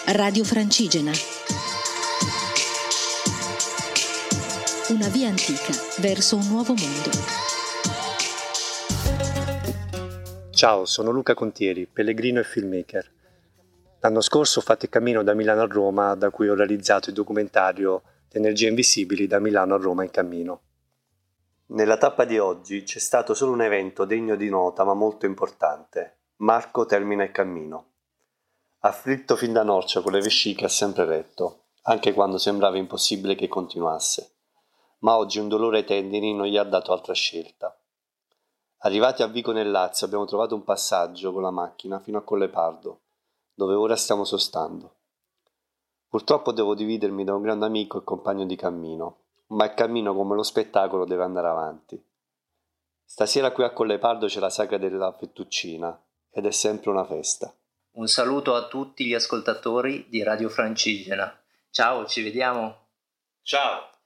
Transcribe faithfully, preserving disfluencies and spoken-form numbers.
Radio Francigena. Una via antica verso un nuovo mondo. Ciao, sono Luca Contieri, pellegrino e filmmaker. L'anno scorso ho fatto il cammino da Milano a Roma, da cui ho realizzato il documentario Energie Invisibili da Milano a Roma in cammino. Nella tappa di oggi c'è stato solo un evento degno di nota ma molto importante. Marco termina il cammino. Afflitto fin da Norcia con le vesciche ha sempre retto, anche quando sembrava impossibile che continuasse. Ma oggi un dolore ai tendini non gli ha dato altra scelta. Arrivati a Vico nel Lazio abbiamo trovato un passaggio con la macchina fino a Collepardo, dove ora stiamo sostando. Purtroppo devo dividermi da un grande amico e compagno di cammino, ma il cammino come lo spettacolo deve andare avanti. Stasera qui a Collepardo c'è la sagra della Fettuccina ed è sempre una festa. Un saluto a tutti gli ascoltatori di Radio Francigena. Ciao, ci vediamo. Ciao.